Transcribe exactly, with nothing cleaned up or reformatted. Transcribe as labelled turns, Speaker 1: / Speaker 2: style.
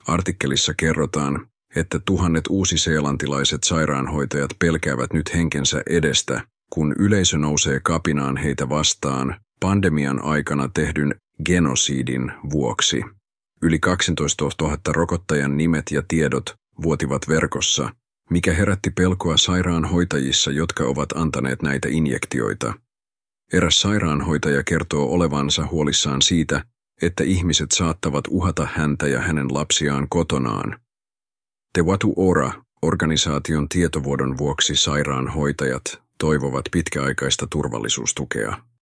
Speaker 1: Artikkelissa kerrotaan, että tuhannet uusiseelantilaiset sairaanhoitajat pelkäävät nyt henkensä edestä, kun yleisö nousee kapinaan heitä vastaan pandemian aikana tehdyn genosidin vuoksi. Yli kaksitoistatuhatta rokottajan nimet ja tiedot vuotivat verkossa, mikä herätti pelkoa sairaanhoitajissa, jotka ovat antaneet näitä injektioita. Eräs sairaanhoitaja kertoo olevansa huolissaan siitä, että ihmiset saattavat uhata häntä ja hänen lapsiaan kotonaan. Te Watu Ora-organisaation tietovuodon vuoksi sairaanhoitajat toivovat pitkäaikaista turvallisuustukea.